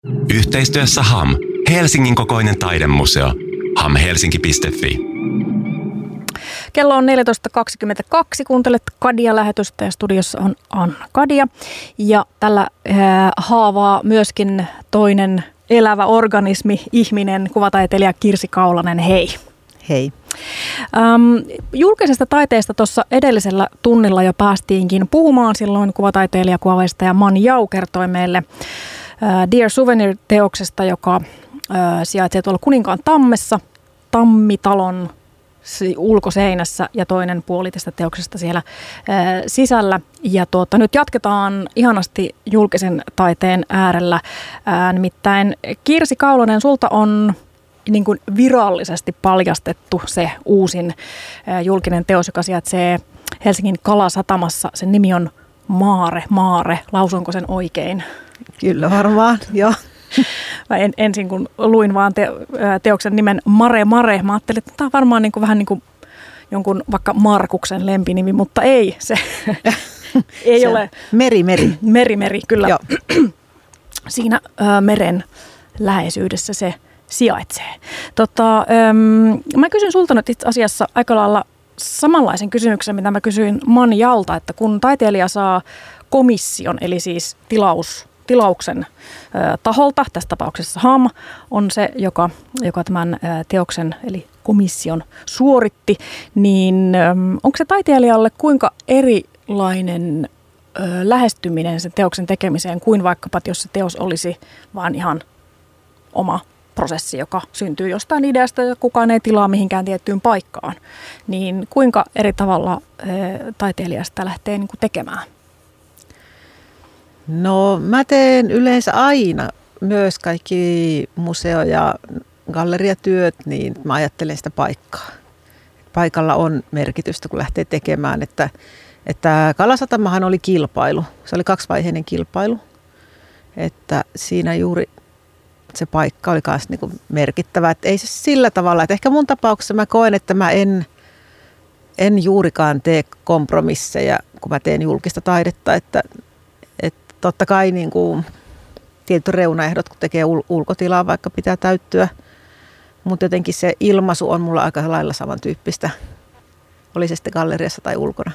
Yhteistyössä HAM, Helsingin kokoinen taidemuseo. hamhelsinki.fi. Kello on 14.22, kuuntelet Kadia-lähetystä ja studiossa on Anna Kadia. Ja tällä haavaa myöskin toinen elävä organismi, ihminen, kuvataiteilija Kirsi Kaulanen, hei. Hei. Julkisesta taiteesta tuossa edellisellä tunnilla jo päästiinkin puhumaan. Silloin kuvataiteilija, kuvaveistäjä Man Jau kertoi meille Dear Souvenir-teoksesta, joka sijaitsee tuolla Kuninkaan Tammessa, Tammitalon ulkoseinässä ja toinen puoli tästä teoksesta siellä sisällä. Ja nyt jatketaan ihanasti julkisen taiteen äärellä. Nimittäin Kirsi Kaulanen, sulta on niin kuin virallisesti paljastettu se uusin julkinen teos, joka sijaitsee Helsingin Kalasatamassa. Sen nimi on Maare. Lausunko sen oikein? Kyllä varmaan, joo. Mä ensin kun luin vaan teoksen nimen Mare, mä ajattelin, että tämä on varmaan niin kuin, vähän niin kuin jonkun vaikka Markuksen lempinimi, mutta ei se. Ei se ole. Meri, kyllä. Joo. Siinä meren läheisyydessä se sijaitsee. Mä kysyn sulta nyt itse asiassa aika lailla samanlaisen kysymyksen, mitä mä kysyin Man Jaulta, että kun taiteilija saa komission, eli siis tilauksen taholta, tässä tapauksessa HAM on se, joka tämän teoksen eli komission suoritti, niin onko se taiteilijalle kuinka erilainen lähestyminen sen teoksen tekemiseen kuin vaikkapa, jos se teos olisi vaan ihan oma prosessi, joka syntyy jostain ideasta ja kukaan ei tilaa mihinkään tiettyyn paikkaan, niin kuinka eri tavalla taiteilijasta lähtee niin kuin tekemään? No mä teen yleensä aina myös kaikki museo- ja galleriatyöt, niin mä ajattelen sitä paikkaa. Paikalla on merkitystä, kun lähtee tekemään, että Kalasatamahan oli kilpailu. Se oli kaksivaiheinen kilpailu, että siinä juuri se paikka oli myös niin kuin merkittävä. Että ei se sillä tavalla, että ehkä mun tapauksessa mä koen, että mä en juurikaan tee kompromisseja, kun mä teen julkista taidetta, että totta kai niin kuin tietyt reunaehdot, kun tekee ulkotilaa, vaikka pitää täyttyä, mutta jotenkin se ilmaisu on mulla aika lailla samantyyppistä, oli se sitten galleriassa tai ulkona.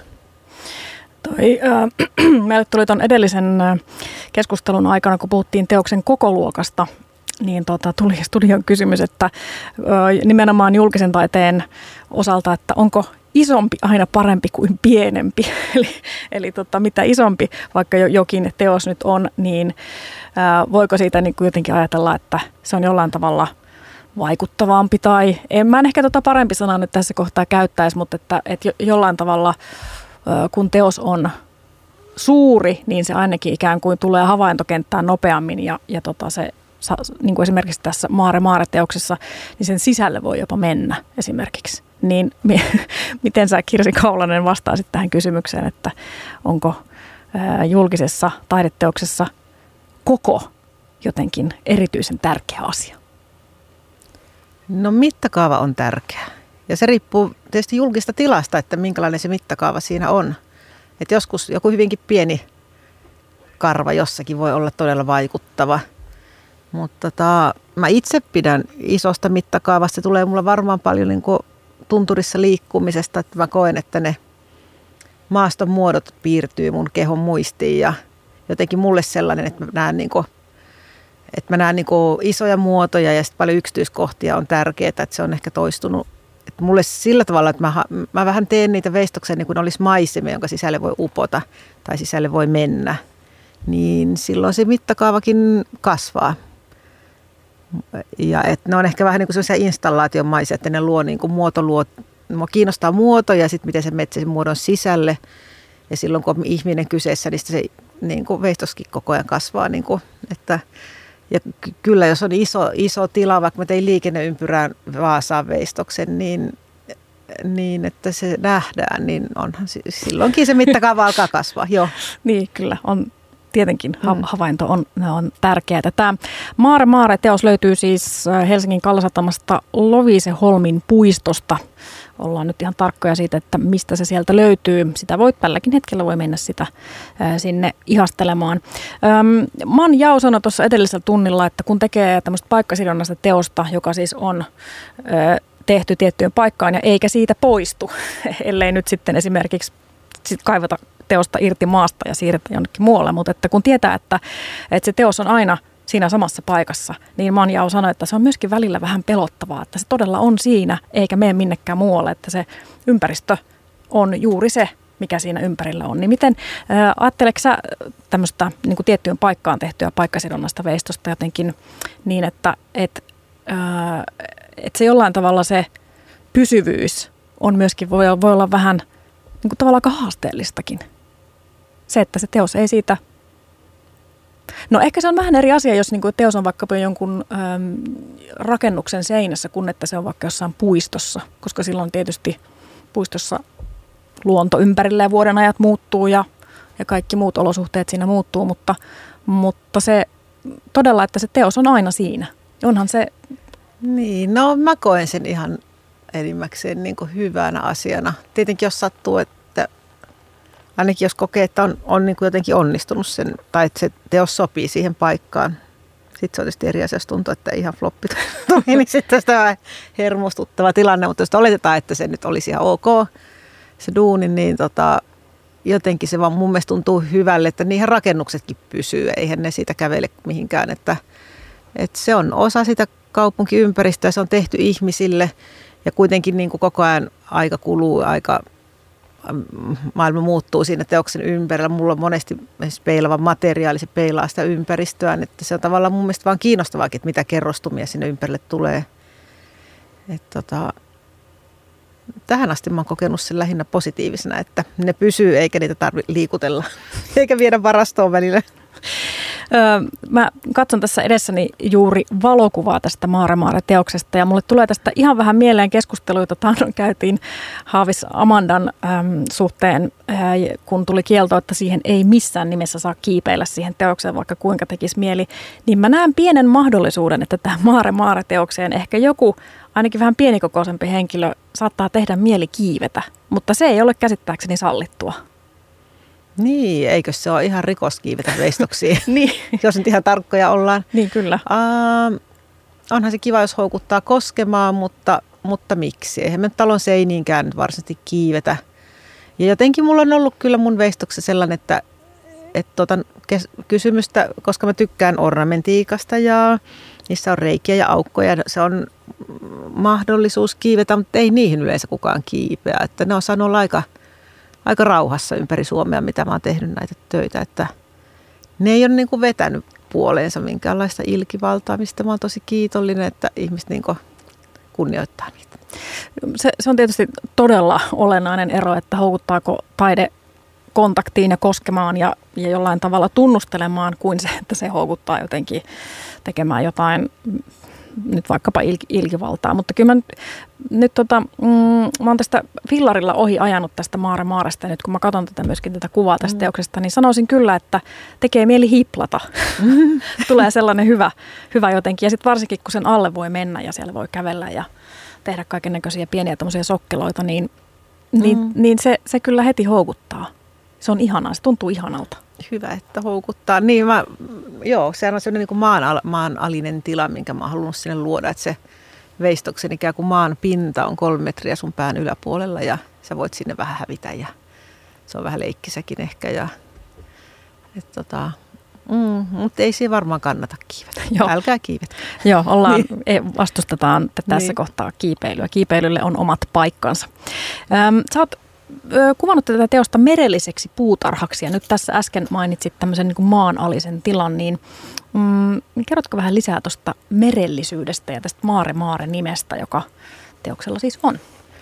Meille tuli tuon edellisen keskustelun aikana, kun puhuttiin teoksen kokoluokasta, niin tuli studion kysymys, että nimenomaan julkisen taiteen osalta, että onko isompi aina parempi kuin pienempi. Eli mitä isompi vaikka jokin teos nyt on, niin voiko siitä niin kuin jotenkin ajatella, että se on jollain tavalla vaikuttavampi tai mä en ehkä parempi sana nyt tässä kohtaa käyttäisi, mutta että jollain tavalla kun teos on suuri, niin se ainakin ikään kuin tulee havaintokenttään nopeammin ja se niin kuin esimerkiksi tässä Maare-teoksessa, niin sen sisälle voi jopa mennä esimerkiksi. Niin miten sä Kirsi Kaulanen vastaisit tähän kysymykseen, että onko julkisessa taideteoksessa koko jotenkin erityisen tärkeä asia? No mittakaava on tärkeä ja se riippuu tietysti julkista tilasta, että minkälainen se mittakaava siinä on. Että joskus joku hyvinkin pieni karva jossakin voi olla todella vaikuttava. Mutta mä itse pidän isosta mittakaavasta. Se tulee mulla varmaan paljon niin kuin tunturissa liikkumisesta, että mä koen, että ne maaston muodot piirtyy mun kehon muistiin ja jotenkin mulle sellainen, että mä näen niin kuin isoja muotoja ja sitten paljon yksityiskohtia on tärkeää, että se on ehkä toistunut. Että mulle sillä tavalla, että mä vähän teen niitä veistoksia niin kuin ne olisi maisemia, jonka sisälle voi upota tai sisälle voi mennä, niin silloin se mittakaavakin kasvaa. Ja että ne on ehkä vähän niin kuin sellaisia installaatiomaisia, että ne luo niin kuin mua kiinnostaa muoto ja sitten miten se metsä sen muodon sisälle. Ja silloin kun on ihminen kyseessä, niin se niin kuin veistoskin koko ajan kasvaa. Niin kuin, että, ja kyllä jos on iso tila, vaikka mä tein liikenneympyrään Vaasaan veistoksen, niin että se nähdään, niin onhan silloinkin se mittakaava alkaa kasvaa. Joo. Niin kyllä, on tietenkin havainto on tärkeää. Tämä Maare Maare-teos löytyy siis Helsingin Kallasatamasta Lovisenholmin puistosta. Ollaan nyt ihan tarkkoja siitä, että mistä se sieltä löytyy. Sitä tälläkin hetkellä voi mennä sitä sinne ihastelemaan. Man Jao sanoi tuossa edellisellä tunnilla, että kun tekee tämmöistä paikkasidonnaista teosta, joka siis on tehty tiettyyn paikkaan ja eikä siitä poistu, ellei nyt sitten esimerkiksi kaivata teosta irti maasta ja siirretä jonnekin muualle, mutta että kun tietää, että se teos on aina siinä samassa paikassa, niin Man Jao sanoi, että se on myöskin välillä vähän pelottavaa, että se todella on siinä, eikä mene minnekään muualle, että se ympäristö on juuri se, mikä siinä ympärillä on. Niin miten ajatteleksä sä tämmöistä niin kuin tiettyyn paikkaan tehtyä paikkasidonnasta veistosta jotenkin niin, että se jollain tavalla se pysyvyys on myöskin, voi olla vähän niin kuin tavallaan aika haasteellistakin. Se, että se teos ei siitä. No ehkä se on vähän eri asia, jos niin kuin teos on vaikkapa jonkun rakennuksen seinässä, kun että se on vaikka jossain puistossa, koska silloin tietysti puistossa luonto ympärillä ja vuoden ajat muuttuu ja kaikki muut olosuhteet siinä muuttuu, mutta se todella, että se teos on aina siinä. Onhan se. Niin, no mä koen sen ihan enimmäkseen niin kuin hyvänä asiana. Tietenkin jos sattuu, että ainakin jos kokee, että on niin kuin jotenkin onnistunut sen, tai että se teos sopii siihen paikkaan. Sitten se on tietysti eri asia, jos tuntuu, että ihan floppi tuli, niin sitten sitä vähän hermostuttava tilanne. Mutta jos oletetaan, että se nyt olisi ihan ok, se duuni, niin jotenkin se vaan mun mielestä tuntuu hyvälle, että niihin rakennuksetkin pysyy. Eihän ne siitä kävele mihinkään, että se on osa sitä kaupunkiympäristöä, se on tehty ihmisille ja kuitenkin niin kuin koko ajan aika kuluu, maailma muuttuu siinä teoksen ympärillä. Mulla on monesti peilaava materiaali, se peilaa sitä ympäristöään, että se on tavallaan mun mielestä vaan kiinnostavaakin, että mitä kerrostumia sinne ympärille tulee. Tähän asti mä oon kokenut sen lähinnä positiivisena, että ne pysyy eikä niitä tarvitse liikutella, eikä viedä varastoon välillä. Mä katson tässä edessäni juuri valokuvaa tästä Maare Maare-teoksesta ja mulle tulee tästä ihan vähän mieleen keskusteluja, jota käytiin Haavis Amandan suhteen, kun tuli kielto, että siihen ei missään nimessä saa kiipeillä siihen teokseen, vaikka kuinka tekisi mieli. Niin mä näen pienen mahdollisuuden, että tähän Maare Maare-teokseen ehkä joku, ainakin vähän pienikokoisempi henkilö saattaa tehdä mieli kiivetä, mutta se ei ole käsittääkseni sallittua. Niin, eikö se ole ihan rikos kiivetä veistoksiin, niin. Jos nyt ihan tarkkoja ollaan. Niin, kyllä. Onhan se kiva, jos houkuttaa koskemaan, mutta miksi? Eihän me talon seiniinkään nyt varsinaisesti kiivetä. Ja jotenkin mulla on ollut kyllä mun veistoksessa sellainen, että kysymystä, koska mä tykkään ornamentiikasta ja niissä on reikiä ja aukkoja. Se on mahdollisuus kiivetä, mutta ei niihin yleensä kukaan kiipeä. Että ne on saanut olla aika rauhassa ympäri Suomea, mitä mä oon tehnyt näitä töitä, että ne ei ole niin kuin vetänyt puoleensa minkäänlaista ilkivaltaa, mistä mä oon tosi kiitollinen, että ihmiset niin kuin kunnioittaa niitä. Se on tietysti todella olennainen ero, että houkuttaako taide kontaktiin ja koskemaan ja jollain tavalla tunnustelemaan kuin se, että se houkuttaa jotenkin tekemään jotain nyt vaikkapa ilkivaltaa, mutta kyllä mä oon tästä fillarilla ohi ajanut tästä Maare Maaresta ja nyt kun mä katson myöskin tätä kuvaa tästä teoksesta, niin sanoisin kyllä, että tekee mieli hiplata. Tulee sellainen hyvä jotenkin ja sitten varsinkin kun sen alle voi mennä ja siellä voi kävellä ja tehdä kaikennäköisiä pieniä tommosia sokkeloita, niin se kyllä heti houkuttaa. Se on ihanaa, se tuntuu ihanalta. Hyvä, että houkuttaa. Niin sehän on sellainen niin kuin maanalinen tila, minkä mä oon halunnut sinne luoda, että se veistoksen ikään kuin maan pinta on 3 metriä sun pään yläpuolella ja sä voit sinne vähän hävitä ja se on vähän leikkisäkin ehkä. Mutta ei siihen varmaan kannata kiivetä. Joo. Älkää kiivetä. Joo, vastustetaan tässä kohtaa kiipeilyä. Kiipeilylle on omat paikkansa. Sä oot kuvannut tätä teosta merelliseksi puutarhaksi ja nyt tässä äsken mainitsit tämmöisen niin kuin maanalisen tilan, niin kerrotko vähän lisää tuosta merellisyydestä ja tästä Maare Maare nimestä, joka teoksella siis on?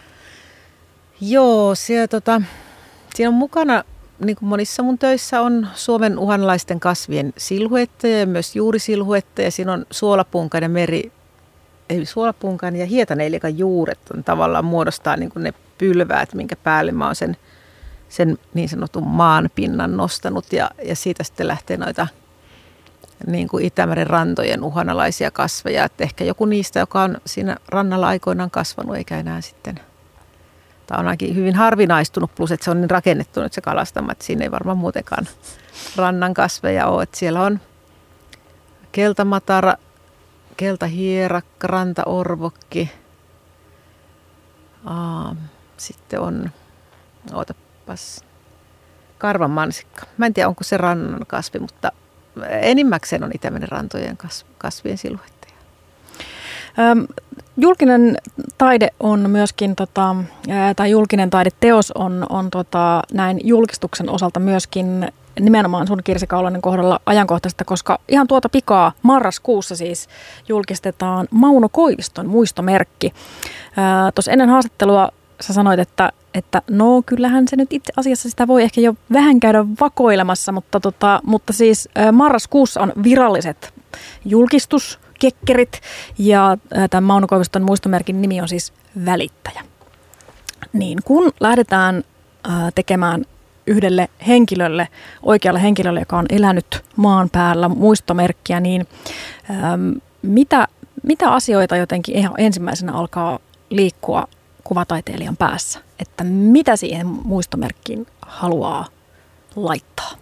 Joo, siinä on mukana, niin kuin monissa mun töissä on Suomen uhanalaisten kasvien silhuetteja ja myös juurisilhuetteja. Siinä on suolapunkan ja suolapunkan ja hietaneilikan juuret on tavallaan muodostaa niin kuin ne pylväät, minkä päälle mä oon sen sen niin sanotun maan pinnan nostanut ja siitä sitten lähtee noita niin kuin Itämeren rantojen uhanalaisia kasveja. Että ehkä joku niistä, joka on siinä rannalla aikoinaan kasvanut, eikä enää sitten, tai on ainakin hyvin harvinaistunut, plus että se on niin rakennettu nyt se kalastama, että siinä ei varmaan muutenkaan rannan kasveja ole. Että siellä on keltamatara, keltahierakka, rantaorvokki, sitten on, karvanmansikka. Mä en tiedä, onko se rannan kasvi, mutta enimmäkseen on Itämeren rantojen kasvien siluetteja. Julkinen taide on myöskin, tai julkinen taideteos on näin julkistuksen osalta myöskin nimenomaan sun Kirsi Kaulonen kohdalla ajankohtaista, koska ihan tuota pikaa marraskuussa siis julkistetaan Mauno Koiviston muistomerkki. Tuossa ennen haastattelua sä sanoit, että no kyllähän se nyt itse asiassa sitä voi ehkä jo vähän käydä vakoilemassa, mutta siis marraskuussa on viralliset julkistuskekkerit ja tämän Mauno Koiviston muistomerkin nimi on siis Välittäjä. Niin kun lähdetään tekemään yhdelle henkilölle, oikealle henkilölle, joka on elänyt maan päällä muistomerkkiä, niin mitä asioita jotenkin ihan ensimmäisenä alkaa liikkua kuvataiteilijan päässä, että mitä siihen muistomerkkiin haluaa laittaa?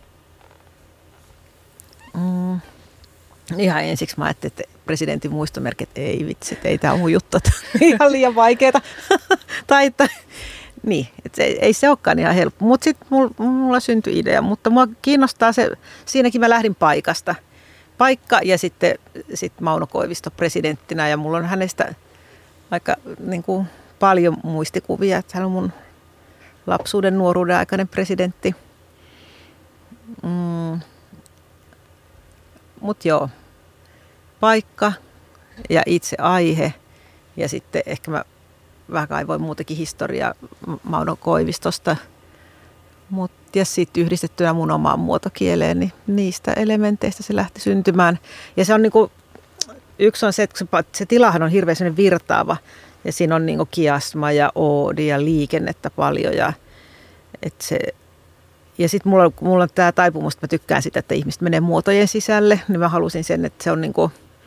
Ihan ensiksi mä ajattelin, että presidentin muistomerkit, ei vitsi, ei tämä ole mun juttu, ihan liian vaikeaa. Niin, ei se olekaan ihan helppo, mutta sitten mulla syntyi idea, mutta mua kiinnostaa se, siinäkin mä lähdin paikka ja sitten Mauno Koivisto presidenttinä ja mulla on hänestä aika niin kuin paljon muistikuvia, että hän on mun lapsuuden, nuoruuden aikainen presidentti. Mutta joo, paikka ja itse aihe ja sitten ehkä mä vähän kaivoin muutenkin historiaa Mauno Koivistosta, ja sitten yhdistettynä mun omaan muotokieleen, niin niistä elementeistä se lähti syntymään. Ja se on niinku, yksi on se, että se tilahan on hirveän virtaava ja siinä on niinku kiasma ja oodi ja liikennettä paljon ja sitten mulla on tämä taipumus, että mä tykkään sitä, että ihmiset menee muotojen sisälle, niin mä halusin sen, että se on niinku,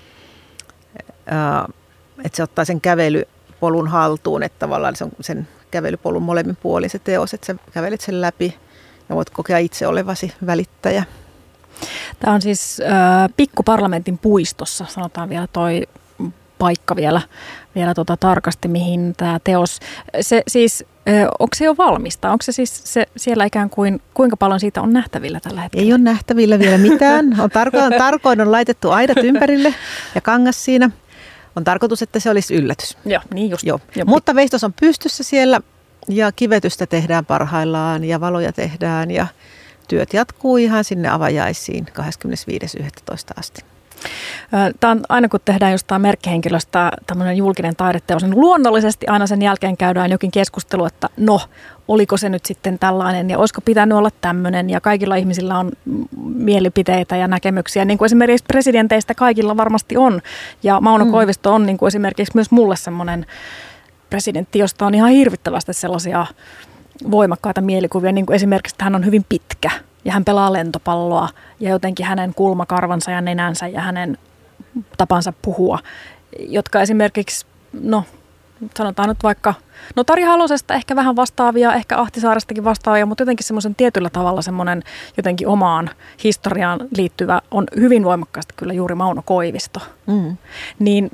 että se ottaa sen kävelypolun haltuun, että tavallaan se on sen kävelypolun molemmin puolin se teos, että sä kävelet sen läpi ja voit kokea itse olevasi välittäjä. Tämä on siis Pikkuparlamentin puistossa, sanotaan vielä toi paikka vielä tarkasti, mihin tämä teos, se siis, onko se jo valmista? Onko se siis siellä ikään kuin, kuinka paljon siitä on nähtävillä tällä hetkellä? Ei ole nähtävillä vielä mitään. Tarkoin on laitettu aidat ympärille ja kangas siinä. On tarkoitus, että se olisi yllätys. Joo, niin just. Joo. Mutta veistos on pystyssä siellä ja kivetystä tehdään parhaillaan ja valoja tehdään ja työt jatkuu ihan sinne avajaisiin 25.11. asti. Tämä on aina kun tehdään jostain merkkihenkilöstä tämmöinen julkinen taideteos, niin luonnollisesti aina sen jälkeen käydään jokin keskustelu, että no, oliko se nyt sitten tällainen ja olisiko pitänyt olla tämmöinen ja kaikilla ihmisillä on mielipiteitä ja näkemyksiä, niin kuin esimerkiksi presidenteistä kaikilla varmasti on ja Mauno Koivisto on niin kuin esimerkiksi myös mulle semmoinen presidentti, josta on ihan hirvittävästi sellaisia voimakkaita mielikuvia, niin kuin esimerkiksi, että hän on hyvin pitkä ja hän pelaa lentopalloa ja jotenkin hänen kulmakarvansa ja nenänsä ja hänen tapansa puhua, jotka esimerkiksi, no sanotaan nyt vaikka, no Tarja Halosesta ehkä vähän vastaavia, ehkä Ahtisaarestakin vastaavia, mutta jotenkin semmoisen tietyllä tavalla semmoinen jotenkin omaan historiaan liittyvä on hyvin voimakkaasti kyllä juuri Mauno Koivisto. Niin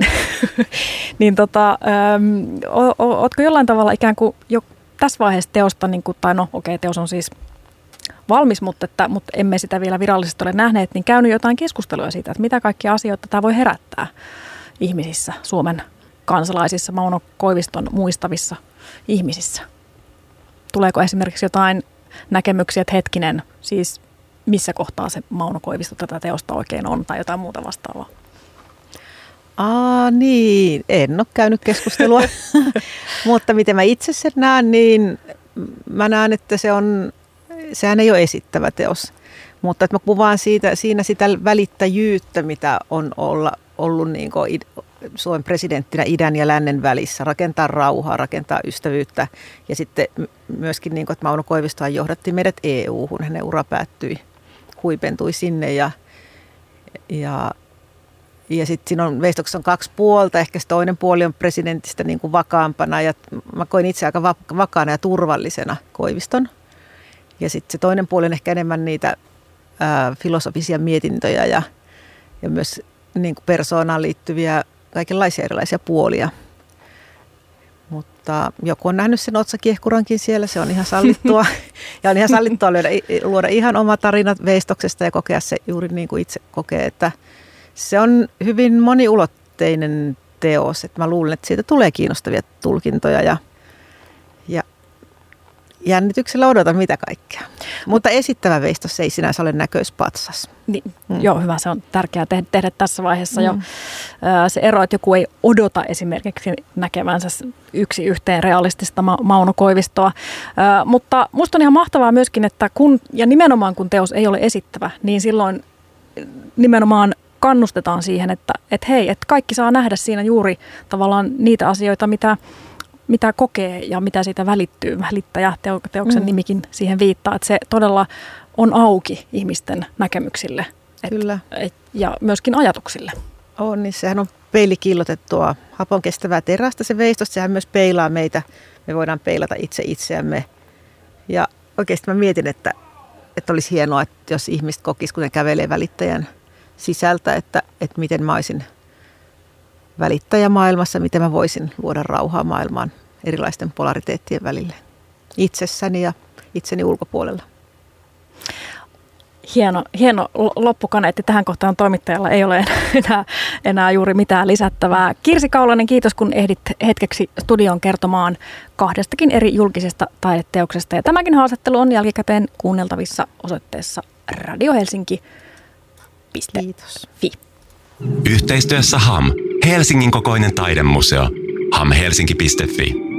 ootko jollain tavalla ikään kuin jo tässä vaiheessa teosta, niin kuin, tai no okei, teos on siis valmis, mutta emme sitä vielä virallisesti ole nähneet, niin käynyt jotain keskustelua siitä, että mitä kaikkia asioita tämä voi herättää ihmisissä, Suomen kansalaisissa, Mauno Koiviston muistavissa ihmisissä. Tuleeko esimerkiksi jotain näkemyksiä, että hetkinen, siis missä kohtaa se Mauno Koivisto tätä teosta oikein on, tai jotain muuta vastaavaa? Niin, en ole käynyt keskustelua, mutta miten mä itse sen näen, niin mä näen, että sehän ei ole esittävä teos, mutta että mä kuvaan siinä sitä välittäjyyttä, mitä on ollut niin kuin Suomen presidenttinä idän ja lännen välissä, rakentaa rauhaa, rakentaa ystävyyttä. Ja sitten myöskin, niin kuin, että Mauno Koivistohan johdatti meidät EU-hun, hänen ura päättyi, huipentui sinne ja sitten siinä on veistoksessa on 2 puolta, ehkä se toinen puoli on presidentistä niin kuin vakaampana ja mä koin itse aika vakaana ja turvallisena Koiviston. Ja sitten se toinen puoli on ehkä enemmän niitä filosofisia mietintöjä ja myös niin kuin persoonaan liittyviä kaikenlaisia erilaisia puolia. Mutta joku on nähnyt sen otsakiehkurankin siellä, se on ihan sallittua. Ja on ihan sallittua luoda ihan oma tarina veistoksesta ja kokea se juuri niin kuin itse kokee, että se on hyvin moniulotteinen teos. Että mä luulen, että siitä tulee kiinnostavia tulkintoja ja jännityksellä odotan mitä kaikkea. Mutta esittävä veistos ei sinänsä ole näköispatsas. Niin, joo, hyvä. Se on tärkeää tehdä tässä vaiheessa jo. Se ero, että joku ei odota esimerkiksi näkevänsä yksi yhteen realistista Mauno Koivistoa. Mutta musta on ihan mahtavaa myöskin, että nimenomaan kun teos ei ole esittävä, niin silloin nimenomaan kannustetaan siihen, että hei, että kaikki saa nähdä siinä juuri tavallaan niitä asioita, mitä kokee ja mitä siitä välittyy. Välittäjä, teoksen nimikin siihen viittaa, että se todella on auki ihmisten näkemyksille. Kyllä. Ja myöskin ajatuksille. On, niin sehän on peilikillotettua hapon kestävää terästä se veistos. Sehän myös peilaa meitä. Me voidaan peilata itse itseämme. Ja oikeasti mä mietin, että olisi hienoa, että jos ihmiset kokisivat, kun ne kävelee välittäjän sisältä, että miten mä olisin välittäjä maailmassa, miten mä voisin luoda rauhaa maailmaan erilaisten polariteettien välille itsessäni ja itseni ulkopuolella. Hieno loppukaneetti. Tähän kohtaan toimittajalla ei ole enää juuri mitään lisättävää. Kirsi Kaulainen, kiitos kun ehdit hetkeksi studioon kertomaan 2 eri julkisesta taideteoksesta. Ja tämäkin haastattelu on jälkikäteen kuunneltavissa osoitteessa radiohelsinki.fi. Kiitos. Yhteistyössä HAM, Helsingin kokoinen taidemuseo. hamhelsinki.fi.